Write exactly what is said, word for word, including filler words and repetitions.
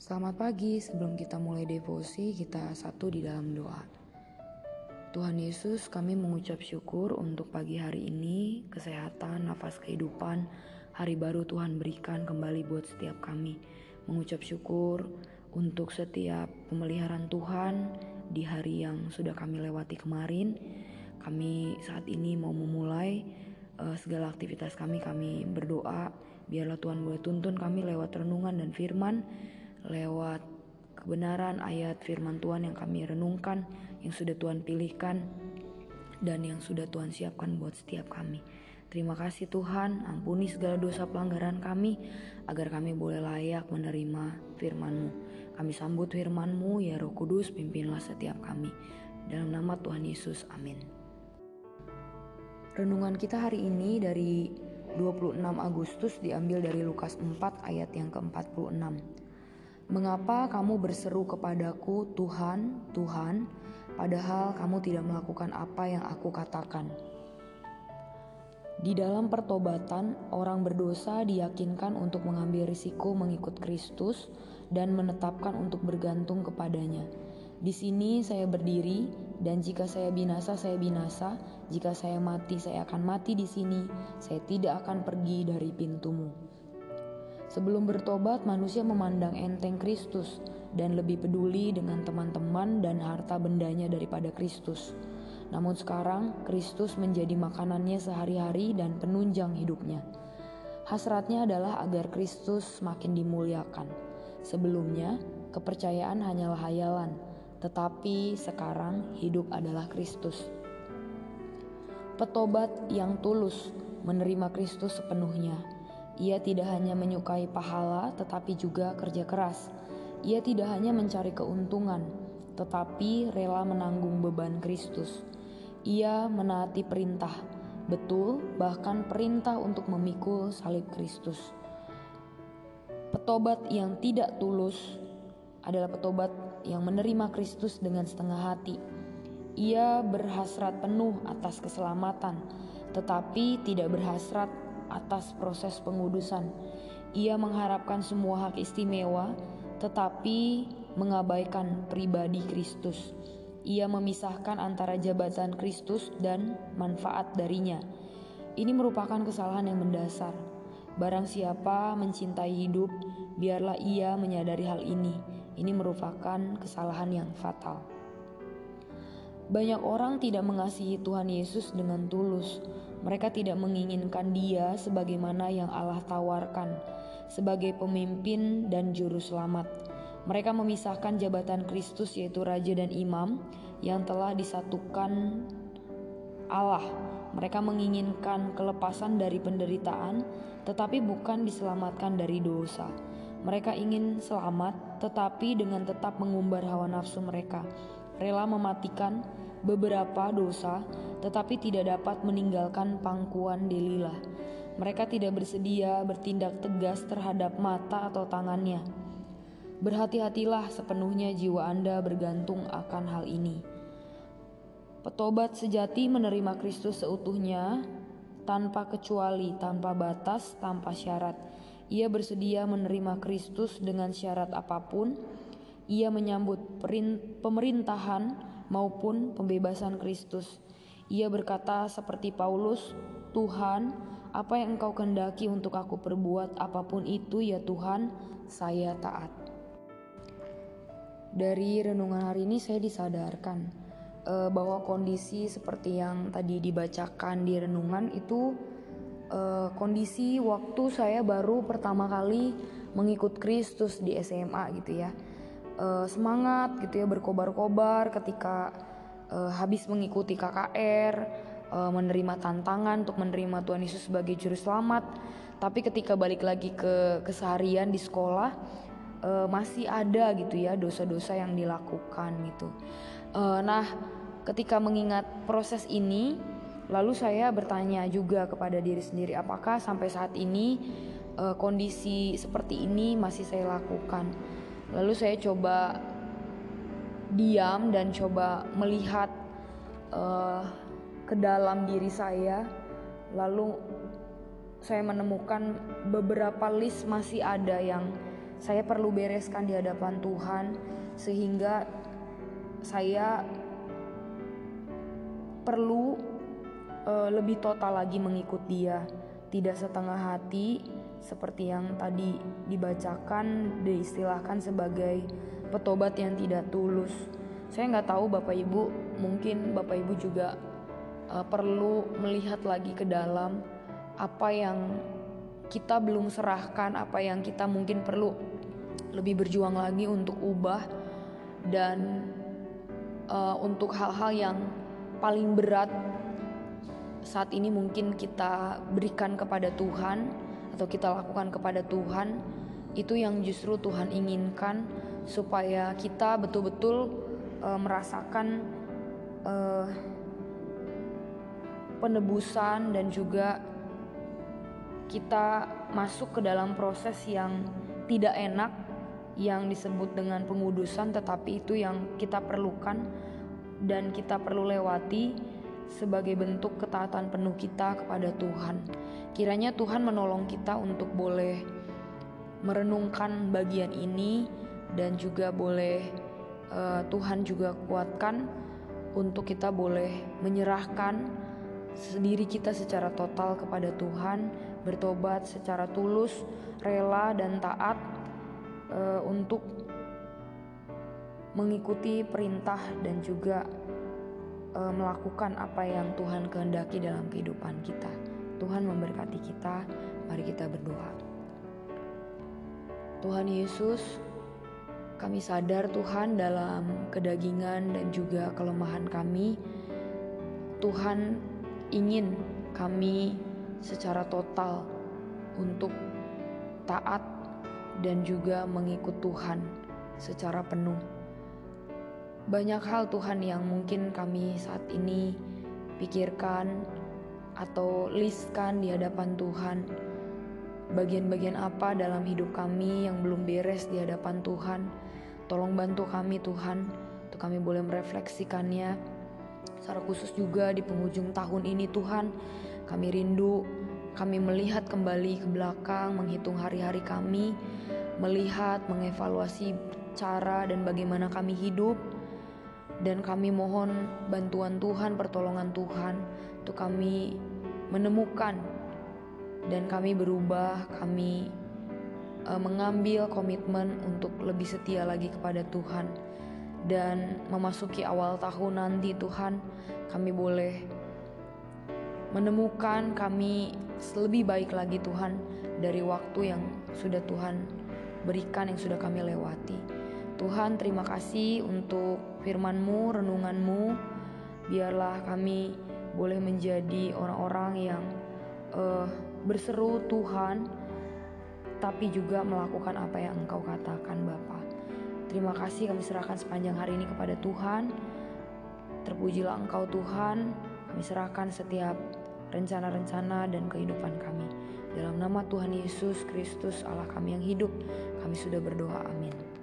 Selamat pagi, sebelum kita mulai devosi, kita satu di dalam doa. Tuhan Yesus, kami mengucap syukur untuk pagi hari ini, kesehatan, nafas kehidupan, hari baru Tuhan berikan kembali buat setiap kami. Mengucap syukur untuk setiap pemeliharaan Tuhan di hari yang sudah kami lewati kemarin. Kami saat ini mau memulai uh, segala aktivitas kami, kami berdoa, biarlah Tuhan boleh tuntun kami lewat renungan dan firman, lewat kebenaran ayat firman Tuhan yang kami renungkan, yang sudah Tuhan pilihkan dan yang sudah Tuhan siapkan buat setiap kami. Terima kasih Tuhan, ampuni segala dosa pelanggaran kami, agar kami boleh layak menerima firman-Mu. Kami sambut firman-Mu, ya Roh Kudus, pimpinlah setiap kami. Dalam nama Tuhan Yesus, amin. Renungan kita hari ini dari dua puluh enam Agustus diambil dari Lukas empat ayat yang ke empat puluh enam. Mengapa kamu berseru kepadaku, Tuhan, Tuhan, padahal kamu tidak melakukan apa yang aku katakan? Di dalam pertobatan, orang berdosa diyakinkan untuk mengambil risiko mengikut Kristus dan menetapkan untuk bergantung kepadanya. Di sini saya berdiri, dan jika saya binasa, saya binasa. Jika saya mati, saya akan mati di sini. Saya tidak akan pergi dari pintumu. Sebelum bertobat, manusia memandang enteng Kristus dan lebih peduli dengan teman-teman dan harta bendanya daripada Kristus. Namun sekarang, Kristus menjadi makanannya sehari-hari dan penunjang hidupnya. Hasratnya adalah agar Kristus semakin dimuliakan. Sebelumnya, kepercayaan hanyalah hayalan, tetapi sekarang hidup adalah Kristus. Petobat yang tulus menerima Kristus sepenuhnya. Ia tidak hanya menyukai pahala, tetapi juga kerja keras. Ia tidak hanya mencari keuntungan, tetapi rela menanggung beban Kristus. Ia menaati perintah, betul, bahkan perintah untuk memikul salib Kristus. Petobat yang tidak tulus adalah petobat yang menerima Kristus dengan setengah hati. Ia berhasrat penuh atas keselamatan, tetapi tidak berhasrat atas proses pengudusan. Ia mengharapkan semua hak istimewa, tetapi mengabaikan pribadi Kristus. Ia memisahkan antara jabatan Kristus dan manfaat darinya. Ini merupakan kesalahan yang mendasar. Barang siapa mencintai hidup, biarlah ia menyadari hal ini. Ini merupakan kesalahan yang fatal. Banyak orang tidak mengasihi Tuhan Yesus dengan tulus. Mereka tidak menginginkan Dia sebagaimana yang Allah tawarkan, sebagai pemimpin dan juru selamat. Mereka memisahkan jabatan Kristus, yaitu Raja dan Imam, yang telah disatukan Allah. Mereka menginginkan kelepasan dari penderitaan, tetapi bukan diselamatkan dari dosa. Mereka ingin selamat, tetapi dengan tetap mengumbar hawa nafsu mereka. Rela mematikan beberapa dosa, tetapi tidak dapat meninggalkan pangkuan Delilah. Mereka tidak bersedia bertindak tegas terhadap mata atau tangannya. Berhati-hatilah sepenuhnya jiwa Anda bergantung akan hal ini. Petobat sejati menerima Kristus seutuhnya, tanpa kecuali, tanpa batas, tanpa syarat. Ia bersedia menerima Kristus dengan syarat apapun. Ia menyambut pemerintahan maupun pembebasan Kristus. Ia berkata seperti Paulus, Tuhan, apa yang Engkau kehendaki untuk aku perbuat, apapun itu ya Tuhan, saya taat. Dari renungan hari ini saya disadarkan uh, bahwa kondisi seperti yang tadi dibacakan di renungan itu uh, kondisi waktu saya baru pertama kali mengikut Kristus di S M A gitu ya. Uh, semangat gitu ya, berkobar-kobar ketika uh, habis mengikuti K K R, uh, menerima tantangan untuk menerima Tuhan Yesus sebagai juru selamat. Tapi ketika balik lagi ke keseharian di sekolah, uh, masih ada gitu ya dosa-dosa yang dilakukan gitu. Uh, nah, ketika mengingat proses ini, lalu saya bertanya juga kepada diri sendiri, apakah sampai saat ini uh, kondisi seperti ini masih saya lakukan? Lalu saya coba diam dan coba melihat uh, ke dalam diri saya. Lalu saya menemukan beberapa list masih ada yang saya perlu bereskan di hadapan Tuhan, sehingga saya perlu uh, lebih total lagi mengikut Dia, tidak setengah hati seperti yang tadi dibacakan, diistilahkan sebagai petobat yang tidak tulus. Saya nggak tahu Bapak Ibu, mungkin Bapak Ibu juga uh, perlu melihat lagi ke dalam apa yang kita belum serahkan, apa yang kita mungkin perlu lebih berjuang lagi untuk ubah, dan uh, untuk hal-hal yang paling berat saat ini mungkin kita berikan kepada Tuhan atau kita lakukan kepada Tuhan, itu yang justru Tuhan inginkan supaya kita betul-betul uh, merasakan uh, penebusan, dan juga kita masuk ke dalam proses yang tidak enak yang disebut dengan pengudusan, tetapi itu yang kita perlukan dan kita perlu lewati sebagai bentuk ketaatan penuh kita kepada Tuhan. Kiranya Tuhan menolong kita untuk boleh merenungkan bagian ini, dan juga boleh uh, Tuhan juga kuatkan untuk kita boleh menyerahkan diri kita secara total kepada Tuhan, bertobat secara tulus, rela dan taat e, untuk mengikuti perintah dan juga e, melakukan apa yang Tuhan kehendaki dalam kehidupan kita. Tuhan memberkati kita. Mari kita berdoa. Tuhan Yesus, kami sadar Tuhan dalam kedagingan dan juga kelemahan kami. Tuhan ingin kami secara total untuk taat dan juga mengikut Tuhan secara penuh. Banyak hal Tuhan yang mungkin kami saat ini pikirkan atau listkan di hadapan Tuhan. Bagian-bagian apa dalam hidup kami yang belum beres di hadapan Tuhan. Tolong bantu kami Tuhan, untuk kami boleh merefleksikannya. Secara khusus juga di penghujung tahun ini Tuhan, kami rindu, kami melihat kembali ke belakang, menghitung hari-hari kami, melihat, mengevaluasi cara dan bagaimana kami hidup. Dan kami mohon bantuan Tuhan, pertolongan Tuhan untuk kami menemukan dan kami berubah, kami uh, mengambil komitmen untuk lebih setia lagi kepada Tuhan. Dan memasuki awal tahun nanti Tuhan, kami boleh menemukan kami lebih baik lagi Tuhan dari waktu yang sudah Tuhan berikan, yang sudah kami lewati. Tuhan, terima kasih untuk firman-Mu, renungan-Mu. Biarlah kami boleh menjadi orang-orang yang uh, berseru Tuhan, tapi juga melakukan apa yang Engkau katakan Bapa. Terima kasih, kami serahkan sepanjang hari ini kepada Tuhan. Terpujilah Engkau Tuhan. Kami serahkan setiap rencana-rencana dan kehidupan kami. Dalam nama Tuhan Yesus Kristus Allah kami yang hidup, kami sudah berdoa, amin.